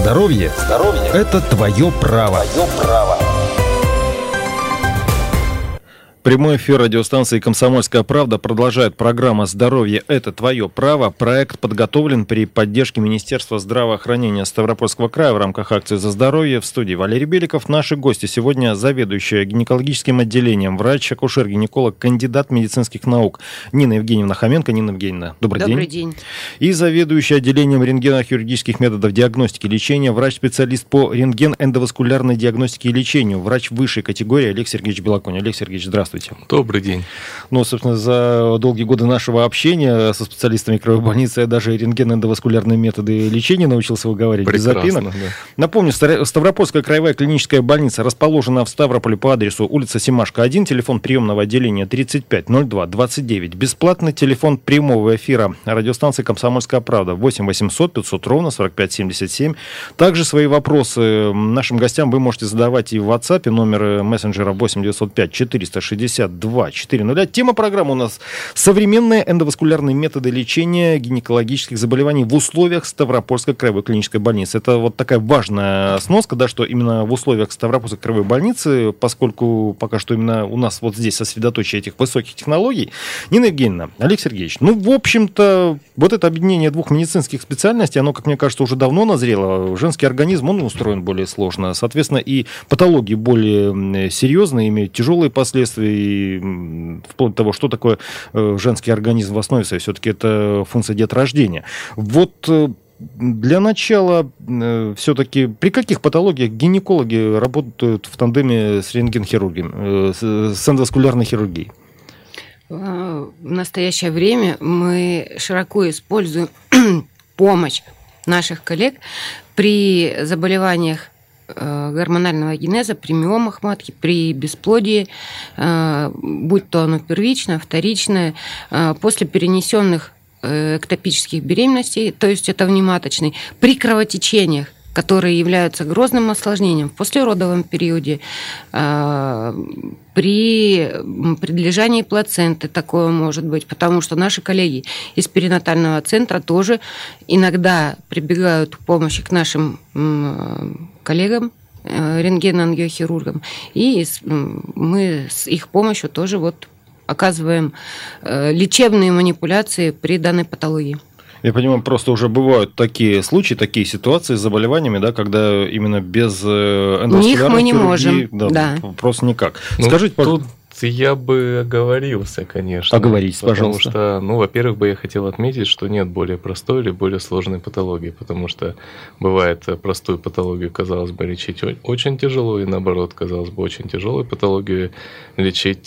Здоровье – это твое право. Прямой эфир радиостанции «Комсомольская правда» продолжает программа «Здоровье – это твое право». Проект подготовлен при поддержке Министерства здравоохранения Ставропольского края в рамках акции «За здоровье». В студии Валерий Беликов. Наши гости сегодня заведующая гинекологическим отделением, врач-акушер-гинеколог, кандидат медицинских наук Нина Евгеньевна Хоменко. Нина Евгеньевна, добрый день. Добрый день. И заведующая отделением рентгенохирургических методов диагностики и лечения, врач-специалист по рентген-эндоваскулярной диагностике и лечению, врач высшей категории Олег Сергеевич Белоконь. Олег Сергеевич, здравствуйте. Добрый день. Ну, собственно, за долгие годы нашего общения со специалистами краевой больницы я даже рентген-эндоваскулярные методы лечения научился выговаривать без запинок. Да. Напомню, Ставропольская краевая клиническая больница расположена в Ставрополе по адресу улица Семашко, 1, телефон приемного отделения 35 02 29. Бесплатный телефон прямого эфира радиостанции «Комсомольская правда» 8 800 500 ровно 45 77. Также свои вопросы нашим гостям вы можете задавать и в WhatsApp, номер мессенджера 8 905 462 400. Тема программы у нас «Современные эндоваскулярные методы лечения гинекологических заболеваний в условиях Ставропольской краевой клинической больницы». Это вот такая важная сноска, да, что именно в условиях Ставропольской краевой больницы, поскольку пока что именно у нас вот здесь сосредоточие этих высоких технологий. Нина Евгеньевна, Олег Сергеевич, ну, в общем-то, вот это объединение двух медицинских специальностей, оно, как мне кажется, уже давно назрело. Женский организм, он устроен более сложно. Соответственно, и патологии более серьезные, имеют тяжелые последствия, и вплоть до того, что такое женский организм в основе своей, все-таки это функция деторождения. Вот для начала все-таки при каких патологиях гинекологи работают в тандеме с рентгенхирургией, с эндоваскулярной хирургией? В настоящее время мы широко используем помощь наших коллег при заболеваниях гормонального генеза, при миомах матки, при бесплодии, будь то оно первичное, вторичное, после перенесенных эктопических беременностей, то есть это внематочный, при кровотечениях, которые являются грозным осложнением в послеродовом периоде, при предлежании плаценты такое может быть, потому что наши коллеги из перинатального центра тоже иногда прибегают к помощи к нашим коллегам, рентген-ангиохирургам, и мы с их помощью тоже вот оказываем лечебные манипуляции при данной патологии. Я понимаю, просто уже бывают такие случаи, такие ситуации с заболеваниями, да, когда именно без эндоваскулярной них мы не хирургии, можем, да. Просто никак. Ну, скажите, пожалуйста. Я бы оговорился, конечно. Оговоритесь, пожалуйста. Потому что, во-первых, бы я хотел отметить, что нет более простой или более сложной патологии, потому что бывает простую патологию, казалось бы, лечить очень тяжело, и наоборот, казалось бы, очень тяжелую патологию лечить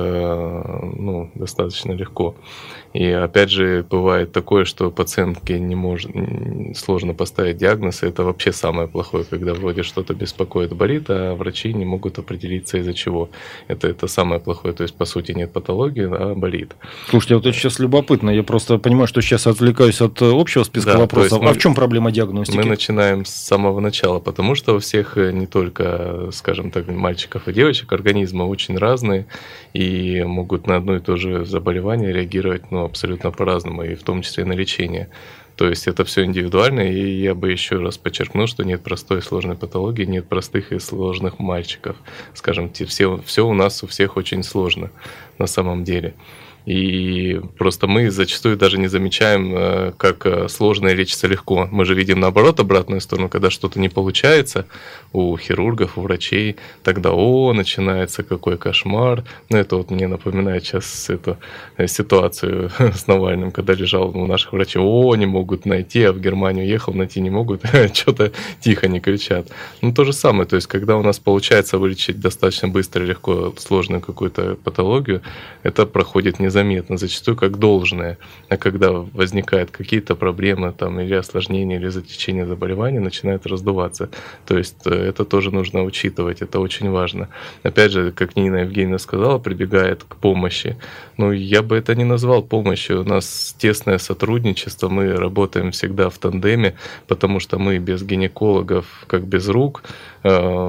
достаточно легко. И опять же, бывает такое, что пациентке сложно поставить диагноз, и это вообще самое плохое, когда вроде что-то беспокоит, болит, а врачи не могут определиться из-за чего. Это самое плохое, то есть по сути нет патологии, а болит. Слушайте, вот это сейчас любопытно, я просто понимаю, что сейчас отвлекаюсь от общего списка вопросов. А в чем проблема диагностики? Мы начинаем с самого начала, потому что у всех, не только, скажем так, мальчиков и девочек, организмы очень разные и могут на одно и то же заболевание реагировать абсолютно по-разному, и в том числе на лечение. То есть это все индивидуально, и я бы еще раз подчеркнул, что нет простой и сложной патологии, нет простых и сложных мальчиков. Скажем, все у нас у всех очень сложно на самом деле. И просто мы зачастую даже не замечаем, как сложное лечится легко. Мы же видим, наоборот, обратную сторону, когда что-то не получается у хирургов, у врачей, тогда начинается какой кошмар. Это вот мне напоминает сейчас эту ситуацию с Навальным, когда лежал у наших врачей, не могут найти, а в Германию ехал, найти не могут, что-то тихо не кричат. То же самое, то есть когда у нас получается вылечить достаточно быстро и легко сложную какую-то патологию, это проходит незаметно, зачастую как должное. А когда возникают какие-то проблемы или осложнения, или затечение заболевания, начинает раздуваться. То есть это тоже нужно учитывать, это очень важно. Опять же, как Нина Евгеньевна сказала, прибегает к помощи. Я бы это не назвал помощью. У нас тесное сотрудничество, мы работаем всегда в тандеме, потому что мы без гинекологов, как без рук,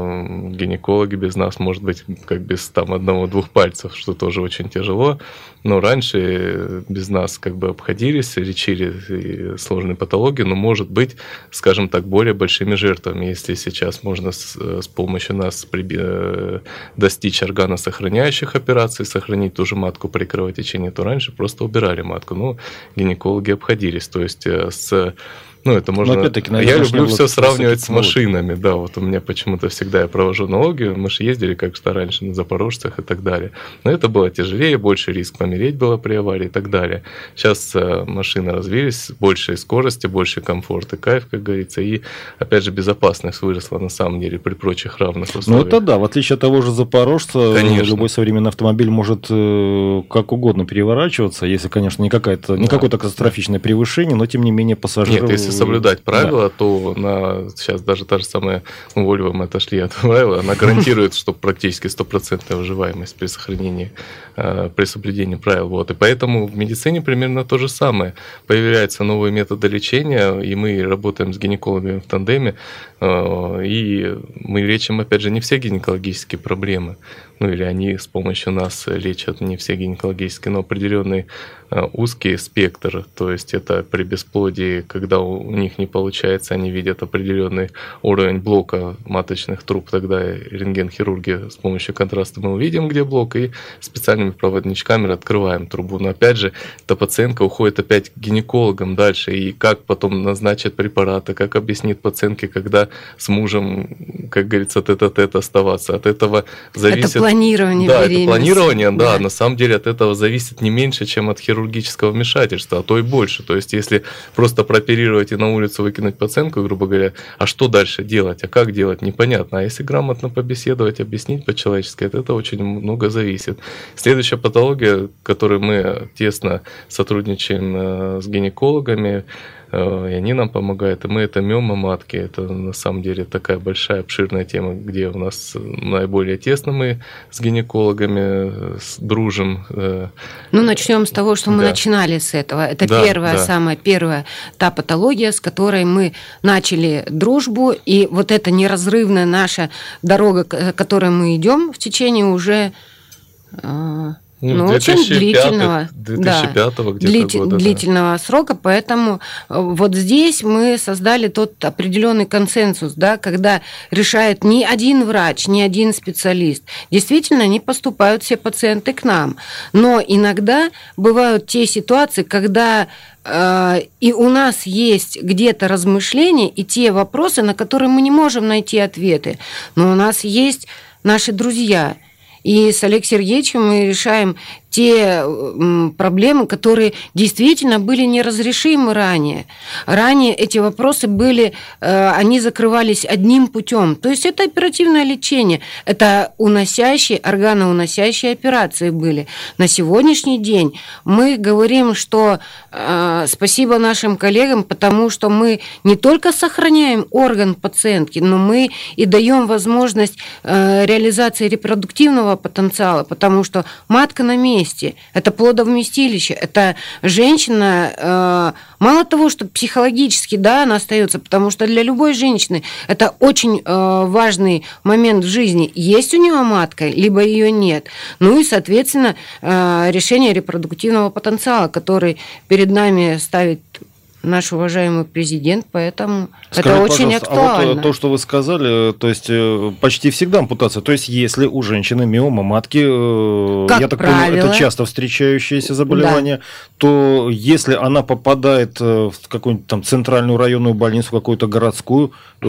гинекологи без нас, может быть, как без одного-двух пальцев, что тоже очень тяжело. но раньше без нас как бы обходились, лечили сложные патологии, но, может быть, скажем так, более большими жертвами. Если сейчас можно с помощью нас достичь органосохраняющих операций, сохранить ту же матку при кровотечении, то раньше просто убирали матку. Но гинекологи обходились. То есть это можно... Наверное, я люблю все сравнивать с машинами. Да, вот у меня почему-то всегда я провожу аналогию. Мы же ездили как-то раньше на запорожцах и так далее. Но это было тяжелее, больше риск помереть было при аварии и так далее. Сейчас машины развились, большей скорости, больше комфорт и кайф, как говорится. И, опять же, безопасность выросла на самом деле при прочих равных условиях. Это да, в отличие от того же запорожца, конечно, любой современный автомобиль может как угодно переворачиваться, если, конечно, не какое-то катастрофичное превышение, но, тем не менее, пассажир... Нет, если соблюдать правила, то сейчас даже та же самая Volvo, мы отошли от правила, она гарантирует, что практически 100% выживаемость при сохранении, при соблюдении правил. Вот. И поэтому в медицине примерно то же самое. Появляются новые методы лечения, и мы работаем с гинекологами в тандеме, и мы лечим, опять же, не все гинекологические проблемы. Или они с помощью нас лечат не все гинекологические, но определенный узкий спектр. То есть это при бесплодии, когда у них не получается, они видят определенный уровень блока маточных труб, тогда рентген-хирурги с помощью контраста мы увидим, где блок, и специальными проводничками открываем трубу. Но опять же, эта пациентка уходит опять к гинекологам дальше, и как потом назначат препараты, как объяснит пациентке, когда с мужем, как говорится, тет-а-тет оставаться. От этого зависит... Это планирование беременности. Это планирование, да, на самом деле от этого зависит не меньше, чем от хирургического вмешательства, а то и больше. То есть, если просто прооперировать и на улицу выкинуть пациентку, грубо говоря, а что дальше делать, а как делать, непонятно. А если грамотно побеседовать, объяснить по-человечески, от этого очень много зависит. Следующая патология, которой мы тесно сотрудничаем с гинекологами, и они нам помогают, и мы это миома матки. Это на самом деле такая большая, обширная тема, где у нас наиболее тесно мы с гинекологами дружим. Начнем с того, что мы начинали с этого. Это самая первая та патология, с которой мы начали дружбу, и вот эта неразрывная наша дорога, которой мы идем в течение уже... очень длительного, 2005 где-то года. Длительного срока, поэтому вот здесь мы создали тот определенный консенсус, когда решает не один врач, не один специалист. Действительно, не поступают все пациенты к нам, но иногда бывают те ситуации, когда и у нас есть где-то размышления и те вопросы, на которые мы не можем найти ответы, но у нас есть наши друзья. И с Олегом Сергеевичем мы решаем те проблемы, которые действительно были неразрешимы ранее. Ранее эти вопросы они закрывались одним путем. То есть это оперативное лечение, это органоуносящие операции были. На сегодняшний день мы говорим, что спасибо нашим коллегам, потому что мы не только сохраняем орган пациентки, но мы и даем возможность реализации репродуктивного потенциала, потому что матка на месте. Это плодовместилище, это женщина, мало того, что психологически, она остается, потому что для любой женщины это очень важный момент в жизни. Есть у нее матка, либо ее нет. И, соответственно, решение репродуктивного потенциала, который перед нами ставит наш уважаемый президент, поэтому это очень актуально. А вот то, что вы сказали, то есть почти всегда ампутация. То есть если у женщины миома матки, я так понимаю, это часто встречающееся заболевание, то если она попадает в какую-нибудь там центральную районную больницу, какую-то городскую...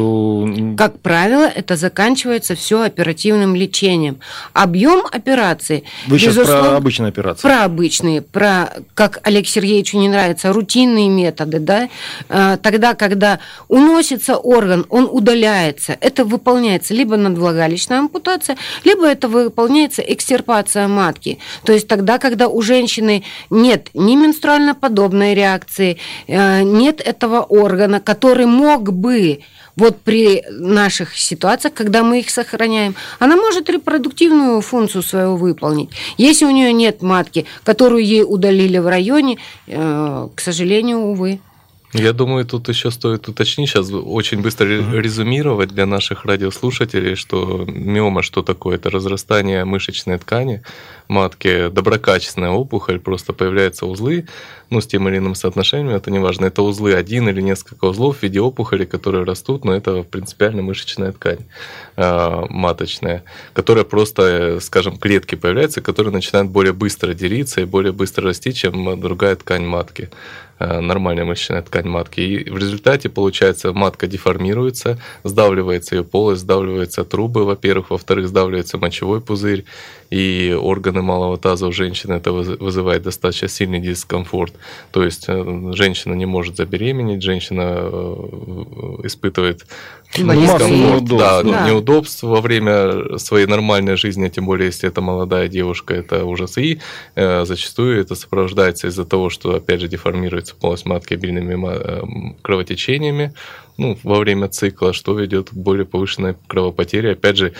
Как правило, это заканчивается все оперативным лечением. Объем операции... Вы сейчас про обычные операции? Про обычные, как Олегу Сергеевичу не нравятся, рутинные методы, тогда, когда уносится орган, он удаляется, это выполняется либо надвлагалищная ампутация, либо это выполняется экстирпация матки. То есть тогда, когда у женщины нет ни менструально-подобной реакции, нет этого органа, который мог бы при наших ситуациях, когда мы их сохраняем, она может репродуктивную функцию свою выполнить. Если у нее нет матки, которую ей удалили в районе, к сожалению, увы. Я думаю, тут еще стоит уточнить, сейчас очень быстро резюмировать для наших радиослушателей, что миома что такое? Это разрастание мышечной ткани матки, доброкачественная опухоль, просто появляются узлы, с тем или иным соотношением, это не важно, это узлы, один или несколько узлов в виде опухолей, которые растут, но это принципиально мышечная ткань маточная, которая просто, скажем, клетки появляются, которые начинают более быстро делиться и более быстро расти, чем другая ткань матки, нормальная мышечная ткань матки. И в результате, получается, матка деформируется, сдавливается ее полость, сдавливаются трубы, во-первых, во-вторых, сдавливается мочевой пузырь, и органы малого таза у женщины, это вызывает достаточно сильный дискомфорт. То есть женщина не может забеременеть, женщина испытывает дискомфорт, неудобств во время своей нормальной жизни, тем более, если это молодая девушка, это ужас. И зачастую это сопровождается из-за того, что, опять же, деформируется полость матки обильными кровотечениями, во время цикла, что ведет к более повышенной кровопотере, опять же,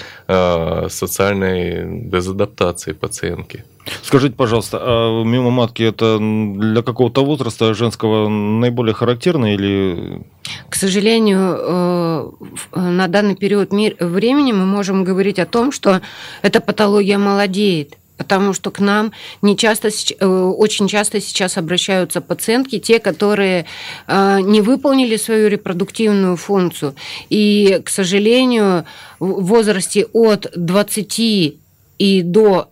социальной дезадаптации пациентки. Скажите, пожалуйста, а миома матки это для какого-то возраста женского наиболее характерно или... К сожалению, на данный период времени мы можем говорить о том, что эта патология молодеет. Потому что к нам очень часто сейчас обращаются пациентки, те, которые не выполнили свою репродуктивную функцию. И, к сожалению, в возрасте от 20 и до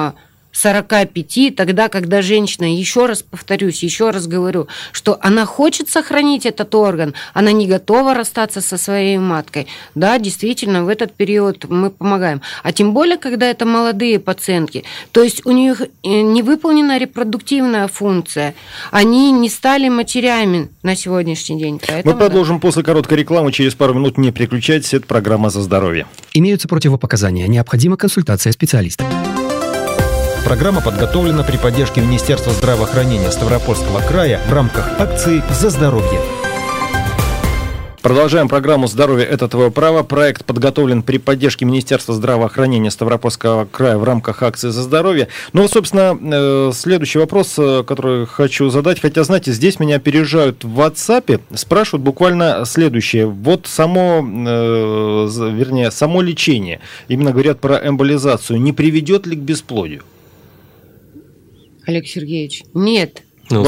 45, тогда, когда женщина, еще раз повторюсь, еще раз говорю, что она хочет сохранить этот орган, она не готова расстаться со своей маткой. Да, действительно, в этот период мы помогаем. А тем более, когда это молодые пациентки, то есть у них не выполнена репродуктивная функция, они не стали матерями на сегодняшний день. Поэтому, мы продолжим после короткой рекламы, через пару минут не переключайтесь, это программа «За здоровье». Имеются противопоказания, необходима консультация специалиста. Программа подготовлена при поддержке Министерства здравоохранения Ставропольского края в рамках акции «За здоровье». Продолжаем программу «Здоровье – это твое право». Проект подготовлен при поддержке Министерства здравоохранения Ставропольского края в рамках акции «За здоровье». Собственно, следующий вопрос, который хочу задать. Хотя, знаете, здесь меня опережают в WhatsApp, спрашивают буквально следующее. Вот само лечение, именно говорят про эмболизацию, не приведет ли к бесплодию? Олег Сергеевич, нет.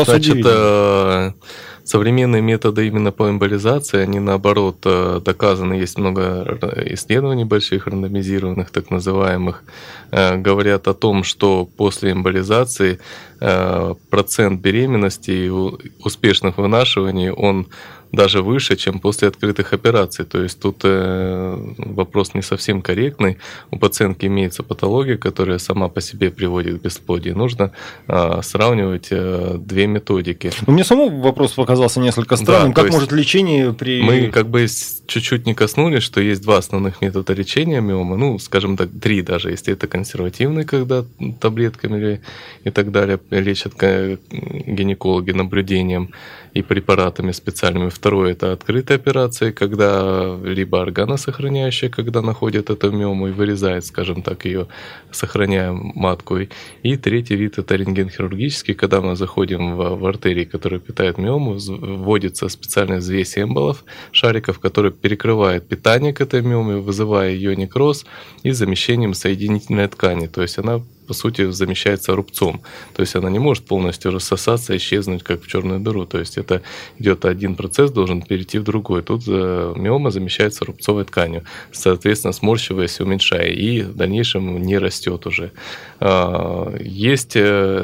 Современные методы именно по эмболизации, они наоборот доказаны, есть много исследований больших, рандомизированных, так называемых, говорят о том, что после эмболизации процент беременности и успешных вынашиваний, он даже выше, чем после открытых операций. То есть тут вопрос не совсем корректный. У пациентки имеется патология, которая сама по себе приводит к бесплодию. Нужно сравнивать две методики. Мне самому вопрос показался несколько странным. Как может лечение при... Мы чуть-чуть не коснулись, что есть два основных метода лечения миомы. Скажем так, три даже, если это консервативный, когда таблетками и так далее лечат гинекологи наблюдением и препаратами специальными. Второе – это открытые операции, когда либо органосохраняющая, когда находят эту миому и вырезает, скажем так, ее, сохраняя матку. И третий вид – это рентгенхирургический, когда мы заходим в артерии, которые питают миому, вводится специальная взвесь эмболов, шариков, которые перекрывают питание к этой миоме, вызывая ее некроз и замещением соединительной ткани. То есть она, по сути, замещается рубцом. То есть она не может полностью рассосаться, исчезнуть, как в черную дыру. То есть это идет один процесс, должен перейти в другой. Тут миома замещается рубцовой тканью, соответственно, сморщиваясь, уменьшая, и в дальнейшем не растет уже. Есть,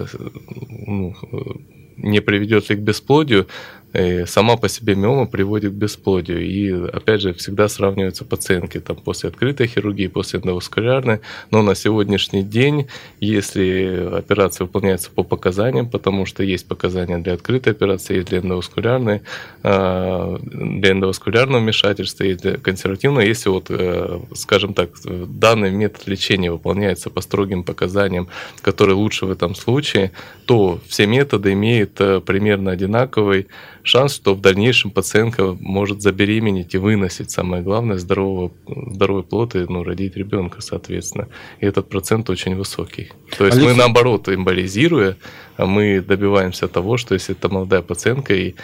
не приведет ли к бесплодию, сама по себе миома приводит к бесплодию. И, опять же, всегда сравниваются пациентки после открытой хирургии, после эндоваскулярной. Но на сегодняшний день, если операция выполняется по показаниям, потому что есть показания для открытой операции, есть для эндоваскулярной, для эндоваскулярного вмешательства, есть для консервативного. Если, скажем так, данный метод лечения выполняется по строгим показаниям, которые лучше в этом случае, то все методы имеют примерно одинаковый шанс, что в дальнейшем пациентка может забеременеть и выносить, самое главное, здоровый плод и родить ребенка, соответственно. И этот процент очень высокий. То есть мы, наоборот, эмболизируя, мы добиваемся того, что если это молодая пациентка и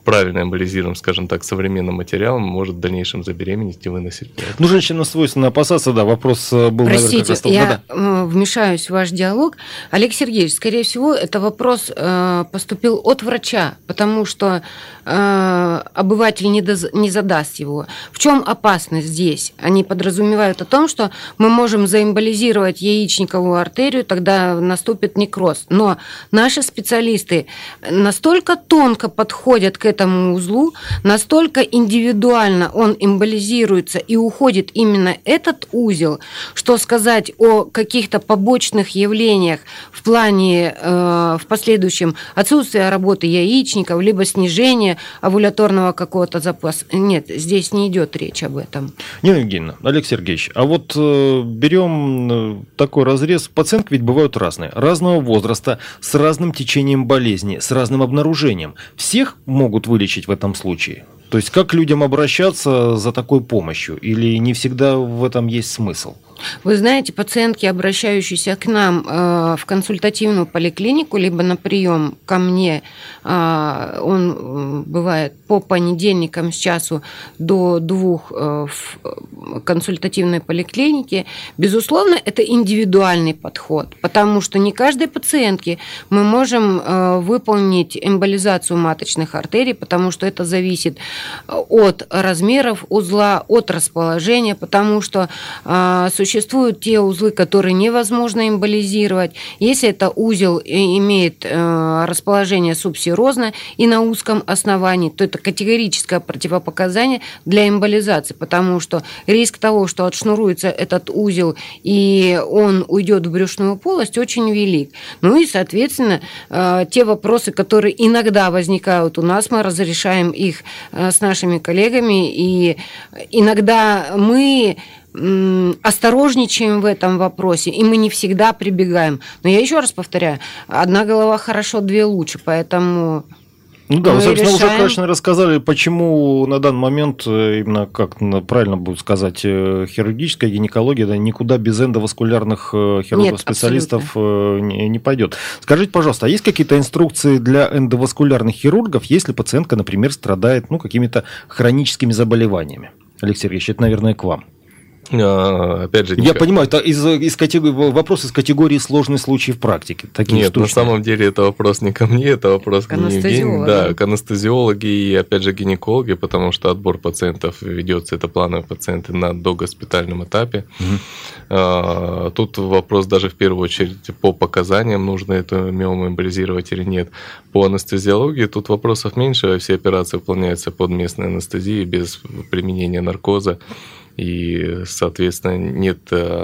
правильно эмболизируем, скажем так, современным материалом, может в дальнейшем забеременеть и выносить плод. Ну, женщинам свойственно опасаться, да, вопрос был, простите, наверное, как раз... я вмешаюсь в ваш диалог. Олег Сергеевич, скорее всего, это вопрос поступил от врача, потому что обыватель не задаст его. В чем опасность здесь? Они подразумевают о том, что мы можем заэмболизировать яичниковую артерию, тогда наступит некроз. Но наши специалисты настолько тонко подходят к этому узлу, настолько индивидуально он эмболизируется и уходит именно этот узел, что сказать о каких-то побочных явлениях в плане в последующем отсутствия работы яичников, либо снижения овуляторного какого-то запаса. Нет, здесь не идет речь об этом. Нина Евгеньевна, Олег Сергеевич, а вот берем такой разрез. Пациентки ведь бывают разного возраста, с разным течением болезни, с разным обнаружением. Всех могут вылечить в этом случае? То есть как людям обращаться за такой помощью? Или не всегда в этом есть смысл? Вы знаете, пациентки, обращающиеся к нам в консультативную поликлинику, либо на прием ко мне, он бывает по понедельникам с часу до 2 в консультативной поликлинике, безусловно, это индивидуальный подход, потому что не каждой пациентке мы можем выполнить эмболизацию маточных артерий, потому что это зависит от размеров узла, от расположения, потому что существуют те узлы, которые невозможно эмболизировать. Если это узел имеет расположение субсерозное и на узком основании, то это категорическое противопоказание для эмболизации, потому что риск того, что отшнуруется этот узел и он уйдет в брюшную полость, очень велик. Ну и, соответственно, те вопросы, которые иногда возникают у нас, мы разрешаем их с нашими коллегами, и иногда мы осторожничаем в этом вопросе, и мы не всегда прибегаем. Но я еще раз повторяю, одна голова хорошо, 2 лучше, поэтому... Ну да, вы, собственно, уже, конечно, рассказали, почему на данный момент, именно как правильно будет сказать, хирургическая гинекология, да, никуда без эндоваскулярных хирургов-специалистов не пойдет. Скажите, пожалуйста, а есть какие-то инструкции для эндоваскулярных хирургов, если пациентка, например, страдает какими-то хроническими заболеваниями? Олег Сергеевич, это, наверное, к вам. Опять же, я понимаю, это вопрос из категории сложный случай в практике. Нет, штучные. На самом деле это вопрос не ко мне, это вопрос к анестезиологу. Да, к анестезиологи и, опять же, гинекологи, потому что отбор пациентов ведется, это плановые пациенты на догоспитальном этапе. Угу. Тут вопрос даже в первую очередь по показаниям, нужно эту миому эмболизировать или нет. По анестезиологии тут вопросов меньше, все операции выполняются под местной анестезией без применения наркоза. И, соответственно, нет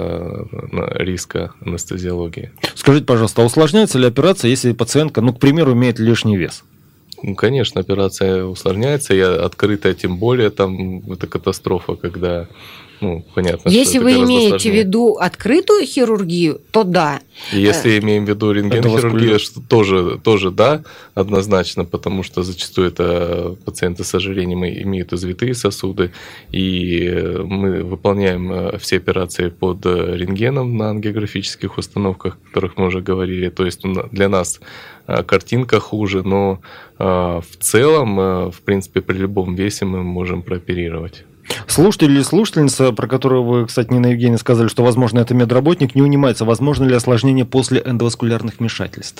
риска анестезиологии. Скажите, пожалуйста, а усложняется ли операция, если пациентка, к примеру, имеет лишний вес? Конечно, операция усложняется, и открытая тем более, там это катастрофа, когда... понятно, если вы имеете в виду открытую хирургию, то да. Если имеем в виду рентгенохирургию, тоже да, однозначно, потому что зачастую это пациенты с ожирением имеют извитые сосуды, и мы выполняем все операции под рентгеном на ангиографических установках, о которых мы уже говорили. То есть для нас картинка хуже, но в целом, в принципе, при любом весе мы можем прооперировать. Слушатель или слушательница, про которую вы, кстати, Нина Евгеньевна, сказали, что, возможно, это медработник, не унимается, возможно ли осложнение после эндоваскулярных вмешательств?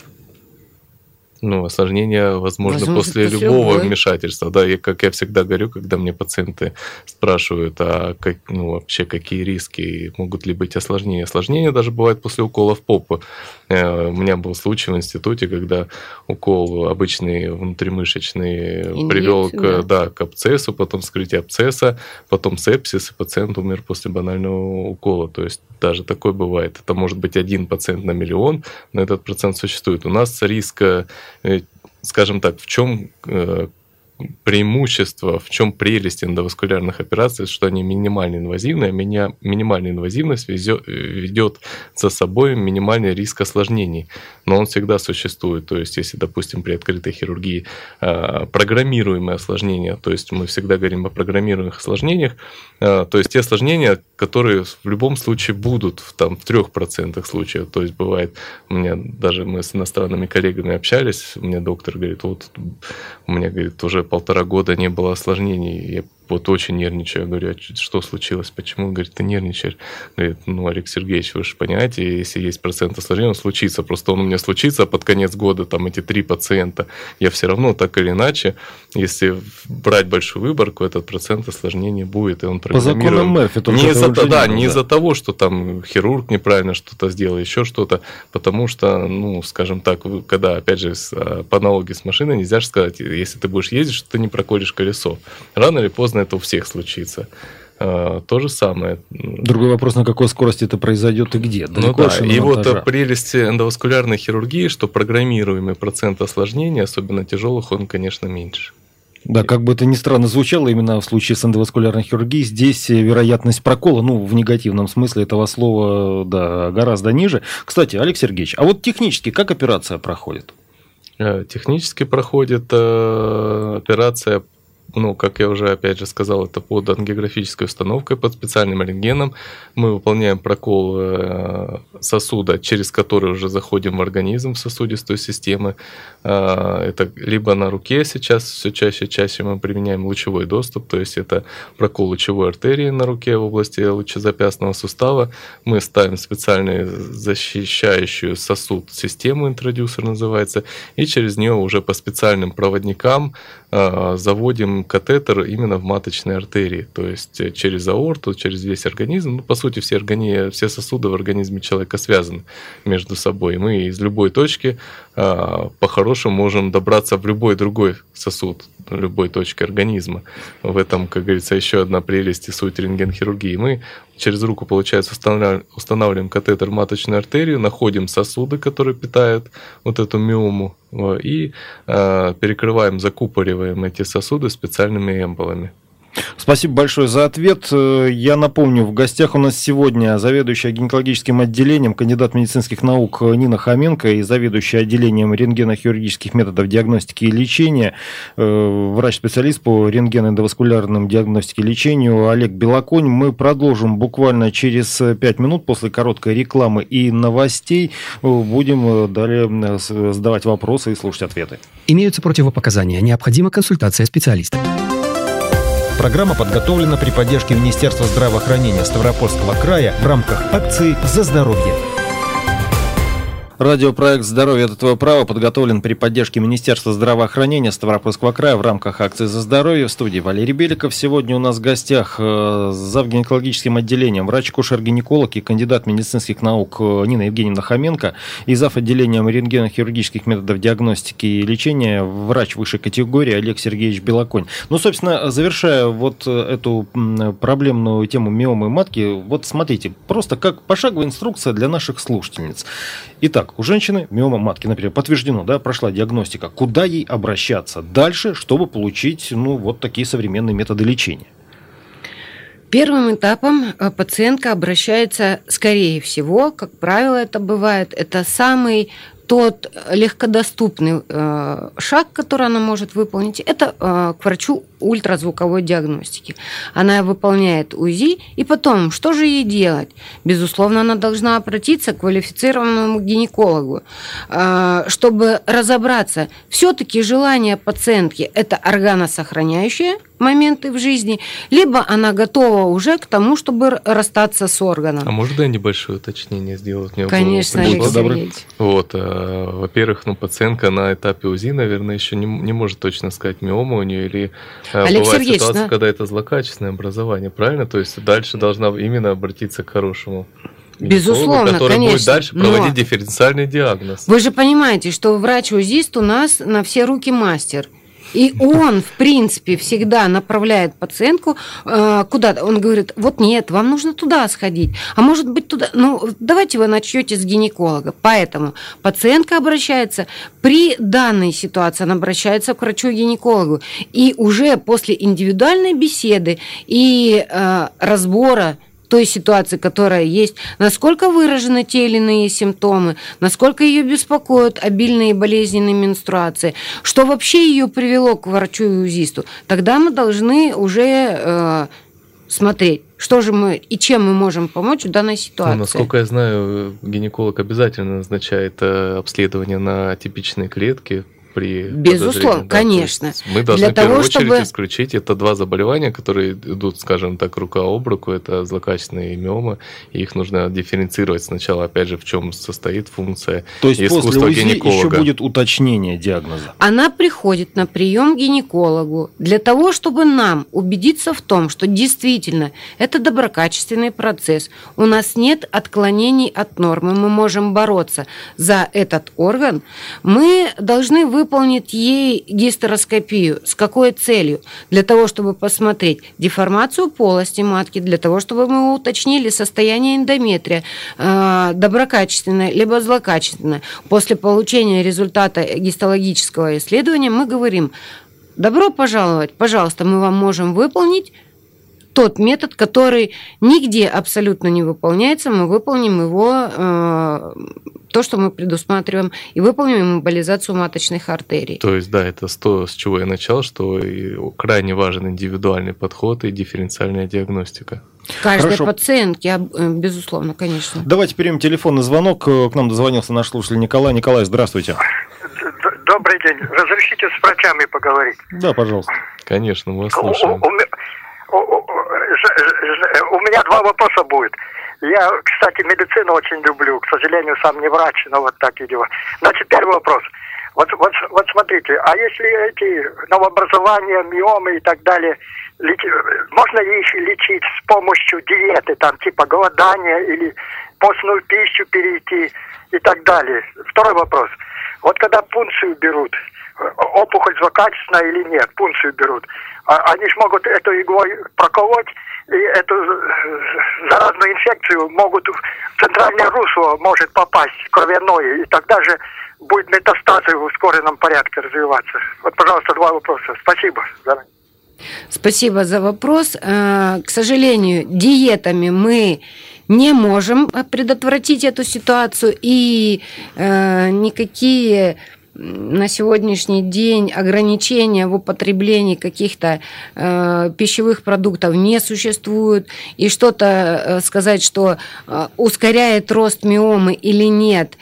Осложнения возможно после любого вмешательства. Да, как я всегда говорю, когда мне пациенты спрашивают, вообще какие риски, могут ли быть осложнения. Осложнения даже бывают после укола в попу. У меня был случай в институте, когда укол обычный внутримышечный привел к абсцессу, потом вскрытие абсцесса, потом сепсис, и пациент умер после банального укола. То есть даже такое бывает. Это может быть 1 пациент на миллион, но этот процент существует. У нас риск, скажем так, в чем преимущество, в чем прелесть эндоваскулярных операций, что они минимально инвазивные, а минимальная инвазивность ведет за собой минимальный риск осложнений. Но он всегда существует. То есть, если, допустим, при открытой хирургии программируемые осложнения, то есть мы всегда говорим о программируемых осложнениях, то есть те осложнения, которые в любом случае будут в 3% случаев. То есть бывает, у меня даже мы с иностранными коллегами общались, у меня доктор говорит, у меня, говорит, уже 1,5 года не было осложнений. Я вот очень нервничаю. Я говорю, а что случилось? Почему? Он говорит, ты нервничаешь. Говорит, Олег Сергеевич, вы же понимаете, если есть процент осложнений, он случится. Просто он у меня случится, а под конец года там эти 3 пациента. Я все равно, так или иначе, если брать большую выборку, этот процент осложнений будет. И он программируем. По законам Мерфи. Не из-за того, что там хирург неправильно что-то сделал, еще что-то. Потому что, скажем так, когда, опять же, по аналогии с машиной, нельзя же сказать, если ты будешь ездить, что ты не проколешь колесо. Рано или поздно это у всех случится. То же самое. Другой вопрос, на какой скорости это произойдет и где. И вот прелесть эндоваскулярной хирургии, что программируемый процент осложнений, особенно тяжелых, он, конечно, меньше. Да, как бы это ни странно звучало, именно в случае с эндоваскулярной хирургией, здесь вероятность прокола, в негативном смысле этого слова, да, гораздо ниже. Кстати, Олег Сергеевич, а вот технически как операция проходит? Технически проходит операция, как я уже опять же сказал, это под ангиографической установкой, под специальным рентгеном. Мы выполняем прокол сосуда, через который уже заходим в организм, в сосудистую систему. Это либо на руке сейчас, все чаще и чаще мы применяем лучевой доступ, то есть это прокол лучевой артерии на руке в области лучезапястного сустава. Мы ставим специальную защищающую сосуд систему, интродюсер называется, и через нее уже по специальным проводникам заводим катетер именно в маточной артерии, то есть через аорту, через весь организм. По сути, все сосуды в организме человека связаны между собой. Мы из любой точки по-хорошему можем добраться в любой другой сосуд, в любой точке организма. В этом, как говорится, еще одна прелесть и суть рентгенхирургии. Мы через руку, получается, устанавливаем катетер в маточную артерию, находим сосуды, которые питают вот эту миому, и перекрываем, закупориваем эти сосуды специальными эмболами. Спасибо большое за ответ. Я напомню, в гостях у нас сегодня заведующая гинекологическим отделением, кандидат медицинских наук Нина Хоменко и заведующая отделением рентгенохирургических методов диагностики и лечения, врач-специалист по рентгеноэндоваскулярным диагностике и лечению Олег Белоконь. Мы продолжим буквально через 5 минут после короткой рекламы и новостей. Будем далее задавать вопросы и слушать ответы. Имеются противопоказания. Необходима консультация специалиста. Программа подготовлена при поддержке Министерства здравоохранения Ставропольского края в рамках акции «За здоровье». Радиопроект «Здоровье – это твое право» подготовлен при поддержке Министерства здравоохранения Ставропольского края в рамках акции «За здоровье». В студии Валерий Беликов. Сегодня у нас в гостях зав. Гинекологическим отделением врач-акушер-гинеколог и кандидат медицинских наук Нина Евгеньевна Хоменко и зав. Отделением рентгенохирургических методов диагностики и лечения врач высшей категории Олег Сергеевич Белоконь. Собственно, завершая вот эту проблемную тему миомы матки, вот смотрите, просто как пошаговая инструкция для наших слушательниц. Итак, у женщины миома матки, например, подтверждено, да, прошла диагностика. Куда ей обращаться дальше, чтобы получить, вот такие современные методы лечения? Первым этапом пациентка обращается, скорее всего, как правило, это бывает, это самый тот легкодоступный шаг, который она может выполнить, это к врачу ультразвуковой диагностики. Она выполняет УЗИ, и потом, что же ей делать? Безусловно, она должна обратиться к квалифицированному гинекологу, чтобы разобраться. Все-таки желание пациентки – это органосохраняющие моменты в жизни, либо она готова уже к тому, чтобы расстаться с органом. А можно я небольшое уточнение сделать? Конечно, Олег Сергеевич. Во-первых, пациентка на этапе УЗИ, наверное, еще не может точно сказать, миома у нее или Олег бывает Сергеевич, ситуация, когда это злокачественное образование, правильно? То есть дальше должна именно обратиться к хорошему безусловно, который конечно, будет дальше проводить дифференциальный диагноз. Вы же понимаете, что врач-узист у нас на все руки мастер. И он, в принципе, всегда направляет пациентку куда-то. Он говорит, вот нет, вам нужно туда сходить. А может быть туда... давайте вы начнете с гинеколога. Поэтому пациентка обращается, при данной ситуации она обращается к врачу-гинекологу. И уже после индивидуальной беседы и разбора той ситуации, которая есть, насколько выражены те или иные симптомы, насколько ее беспокоят обильные болезненные менструации, что вообще ее привело к врачу-узисту, тогда мы должны уже смотреть, что же мы и чем мы можем помочь в данной ситуации. Насколько я знаю, гинеколог обязательно назначает обследование на атипичные клетки, при Безусловно, конечно. Мы должны в первую очередь исключить это два заболевания, которые идут, скажем так, рука об руку, это злокачественные миомы, и их нужно дифференцировать сначала, опять же, в чем состоит функция искусства после УЗИ гинеколога. Еще будет уточнение диагноза. Она приходит на прием к гинекологу для того, чтобы нам убедиться в том, что действительно это доброкачественный процесс. У нас нет отклонений от нормы, мы можем бороться за этот орган. Мы должны выполнить ей гистероскопию. С какой целью? Для того, чтобы посмотреть деформацию полости матки, для того, чтобы мы уточнили состояние эндометрия, доброкачественное либо злокачественное. После получения результата гистологического исследования мы говорим: добро пожаловать, пожалуйста, мы вам можем выполнить тот метод, который нигде абсолютно не выполняется, мы выполним его, то, что мы предусматриваем, и выполним эмболизацию маточных артерий. То есть, да, это то, с чего я начал, что крайне важен индивидуальный подход и дифференциальная диагностика. Каждой пациентке, безусловно, конечно. Давайте примем телефонный звонок. К нам дозвонился наш слушатель Николай. Николай, здравствуйте. Добрый день. Разрешите с врачами поговорить? Да, пожалуйста. Конечно, мы вас слушаем. У меня два вопроса будет. Я, кстати, медицину очень люблю. К сожалению, сам не врач, но вот так и дела. Значит, первый вопрос. Вот смотрите, а если эти новообразования, миомы и так далее, можно ли их лечить с помощью диеты, там, типа голодания или постную пищу перейти и так далее? Второй вопрос. Вот когда пункцию берут, опухоль злокачественная или нет, пункцию берут, они же могут эту иглой проколоть, и эту заразную инфекцию могут в центральное русло может попасть, кровяное, и тогда же будет метастазы в ускоренном порядке развиваться. Вот, пожалуйста, два вопроса. Спасибо. Спасибо за вопрос. К сожалению, диетами мы не можем предотвратить эту ситуацию, и никакие на сегодняшний день ограничения в употреблении каких-то пищевых продуктов не существует. И что-то сказать, что ускоряет рост миомы или нет,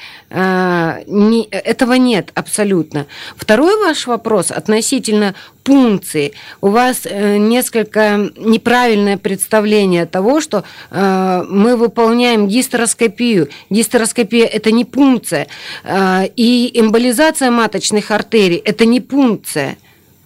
этого нет абсолютно. Второй ваш вопрос относительно пункции. У вас несколько неправильное представление того, что мы выполняем гистероскопию. Гистероскопия – это не пункция. И эмболизация маточных артерий – это не пункция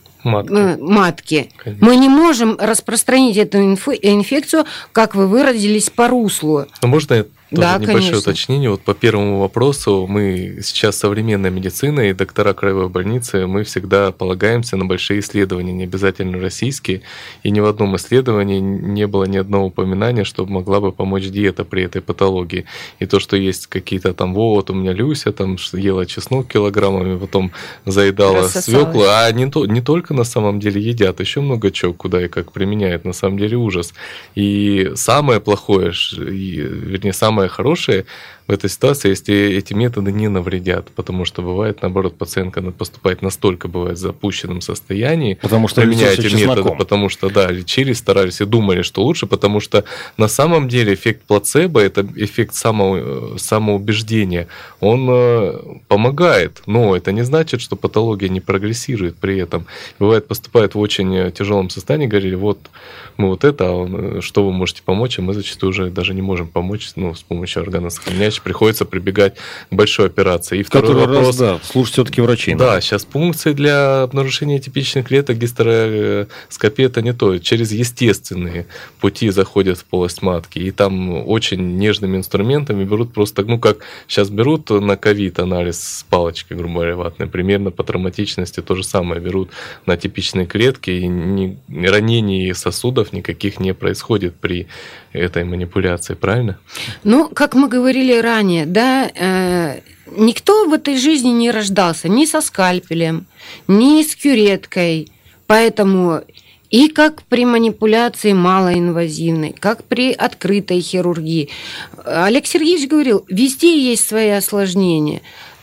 матки. Конечно. Мы не можем распространить эту инфекцию, как вы выразились, по руслу. Но можно я тоже небольшое конечно. уточнение? Вот по первому вопросу, мы сейчас современная медицина и доктора краевой больницы, мы всегда полагаемся на большие исследования, не обязательно российские, и ни в одном исследовании не было ни одного упоминания, что могла бы помочь диета при этой патологии. И то, что есть какие-то там, вот у меня Люся там ела чеснок килограммами, потом заедала свеклу, а не только на самом деле едят, еще много чего, куда и как применяют, на самом деле ужас. И самое плохое, вернее, самое хорошее в этой ситуации, если эти методы не навредят, потому что бывает, наоборот, пациентка поступает настолько, бывает, в запущенном состоянии, потому что применяя эти методы, потому что, да, лечились, старались и думали, что лучше, потому что на самом деле эффект плацебо, это эффект самоубеждения, он помогает, но это не значит, что патология не прогрессирует при этом. Бывает, поступают в очень тяжелом состоянии, говорили, вот мы вот это, а что вы можете помочь, а мы зачастую уже даже не можем помочь, с помощью органосохраняющих приходится прибегать к большой операции. И второй вопрос, слушать все-таки врачей. Да, сейчас пункции для обнаружения атипичных клеток, гистероскопия это не то. Через естественные пути заходят в полость матки, и там очень нежными инструментами берут просто, как сейчас берут на ковид анализ с палочкой, грубо говоря, ватной, примерно по травматичности то же самое берут на атипичные клетки, и ранений сосудов никаких не происходит при этой манипуляции, правильно? Как мы говорили ранее, да, никто в этой жизни не рождался ни со скальпелем, ни с кюреткой, поэтому и как при манипуляции малоинвазивной, как при открытой хирургии. Олег Сергеевич говорил, везде есть свои осложнения.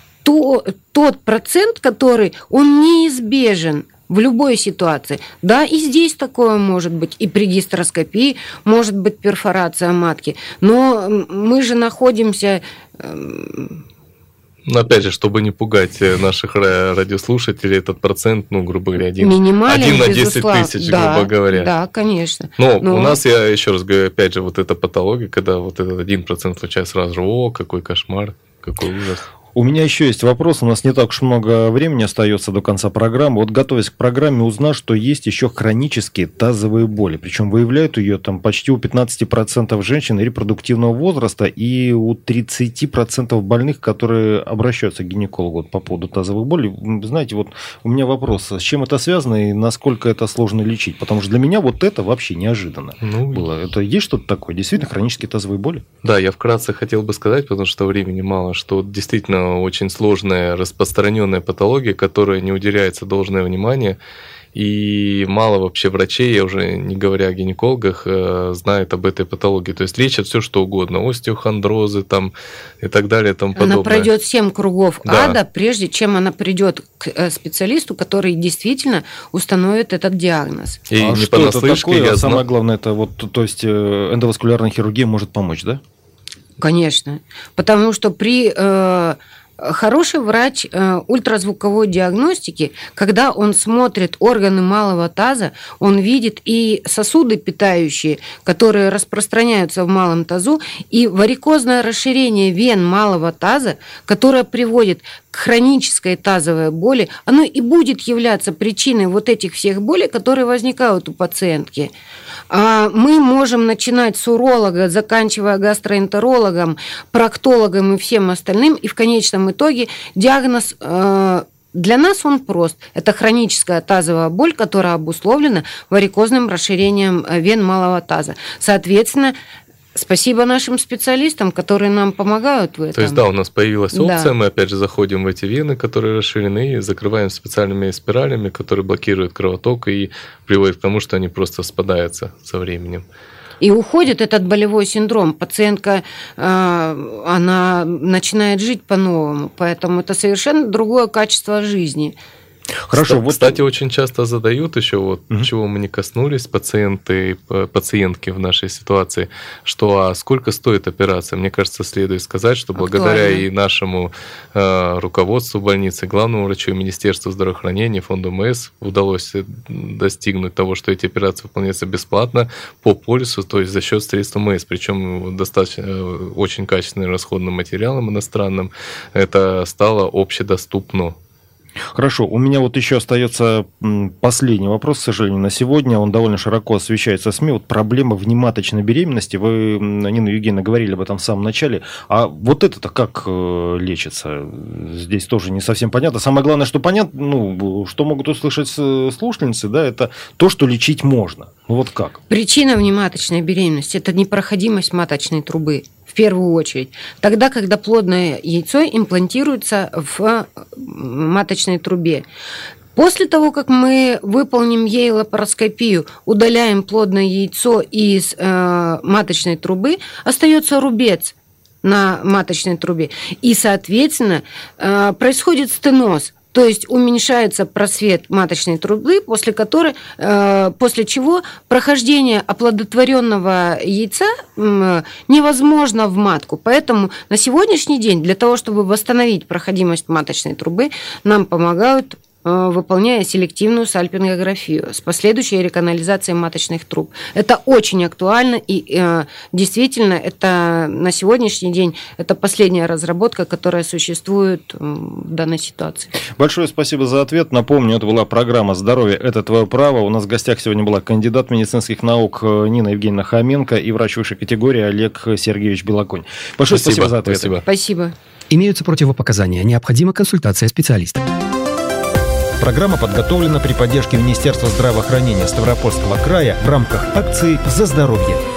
Тот процент, который он неизбежен в любой ситуации. Да, и здесь такое может быть, и при гистероскопии может быть перфорация матки. Но мы же находимся Но опять же, чтобы не пугать наших радиослушателей, этот процент, грубо говоря, 1 на 10 тысяч, грубо говоря. Да, конечно. Но у нас, я еще раз говорю, опять же, вот эта патология, когда вот этот 1% случается сразу, какой кошмар, какой ужас. У меня еще есть вопрос, у нас не так уж много времени остается до конца программы. Вот, готовясь к программе, узнал, что есть еще хронические тазовые боли. Причем выявляют ее там почти у 15% женщин репродуктивного возраста и у 30% больных, которые обращаются к гинекологу по поводу тазовых болей. Знаете, вот у меня вопрос, с чем это связано и насколько это сложно лечить? Потому что для меня вот это вообще неожиданно было. Это есть что-то такое? Действительно, хронические тазовые боли? Да, я вкратце хотел бы сказать, потому что времени мало, что действительно очень сложная, распространенная патология, которой не уделяется должное внимание. И мало вообще врачей, я уже не говоря о гинекологах, знают об этой патологии. То есть лечат все что угодно, остеохондрозы там, и так далее, и тому подобное. Она пройдет 7 кругов ада, прежде чем она придет к специалисту, который действительно установит этот диагноз. И не что понаслышке, это такое? Самое главное, это вот, то есть эндоваскулярная хирургия может помочь, да? Конечно, потому что при хороший врач ультразвуковой диагностики, когда он смотрит органы малого таза, он видит и сосуды питающие, которые распространяются в малом тазу, и варикозное расширение вен малого таза, которое приводит к хронической тазовой боли, оно и будет являться причиной вот этих всех болей, которые возникают у пациентки. Мы можем начинать с уролога, заканчивая гастроэнтерологом, проктологом и всем остальным, и в конечном итоге диагноз для нас он прост. Это хроническая тазовая боль, которая обусловлена варикозным расширением вен малого таза. Соответственно, спасибо нашим специалистам, которые нам помогают в этом. То есть, да, у нас появилась опция, мы опять же заходим в эти вены, которые расширены, и закрываем специальными спиралями, которые блокируют кровоток и приводят к тому, что они просто спадаются со временем. И уходит этот болевой синдром. Пациентка, она начинает жить по-новому, поэтому это совершенно другое качество жизни. Хорошо. Кстати, очень часто задают еще, чего мы не коснулись, пациентки в нашей ситуации, что сколько стоит операция? Мне кажется, следует сказать, что благодаря и нашему руководству больницы, главному врачу, Министерству здравоохранения, фонду МС удалось достигнуть того, что эти операции выполняются бесплатно по полису, то есть за счет средств МС, причем достаточно очень качественным расходным материалом иностранным. Это стало общедоступно. Хорошо, у меня вот еще остается последний вопрос, к сожалению, на сегодня. Он довольно широко освещается в СМИ. Вот проблема внематочной беременности. Вы, Нина Евгеньевна, говорили об этом в самом начале. А вот это-то как лечится? Здесь тоже не совсем понятно. Самое главное, что понятно, что могут услышать слушательницы, да, это то, что лечить можно. Вот как? Причина внематочной беременности – это непроходимость маточной трубы. В первую очередь. Тогда, когда плодное яйцо имплантируется в маточной трубе. После того, как мы выполним ей лапароскопию, удаляем плодное яйцо из маточной трубы, остается рубец на маточной трубе. И, соответственно, происходит стеноз. То есть уменьшается просвет маточной трубы, после чего прохождение оплодотворенного яйца невозможно в матку. Поэтому на сегодняшний день для того, чтобы восстановить проходимость маточной трубы, нам помогают, выполняя селективную сальпингографию с последующей реканализацией маточных труб. Это очень актуально, и действительно, это на сегодняшний день это последняя разработка, которая существует в данной ситуации. Большое спасибо за ответ. Напомню, это была программа «Здоровье – это твое право». У нас в гостях сегодня была кандидат медицинских наук Нина Евгеньевна Хоменко и врач высшей категории Олег Сергеевич Белоконь. Большое спасибо за ответ. Спасибо. Имеются противопоказания. Необходима консультация специалиста. Программа подготовлена при поддержке Министерства здравоохранения Ставропольского края в рамках акции «За здоровье».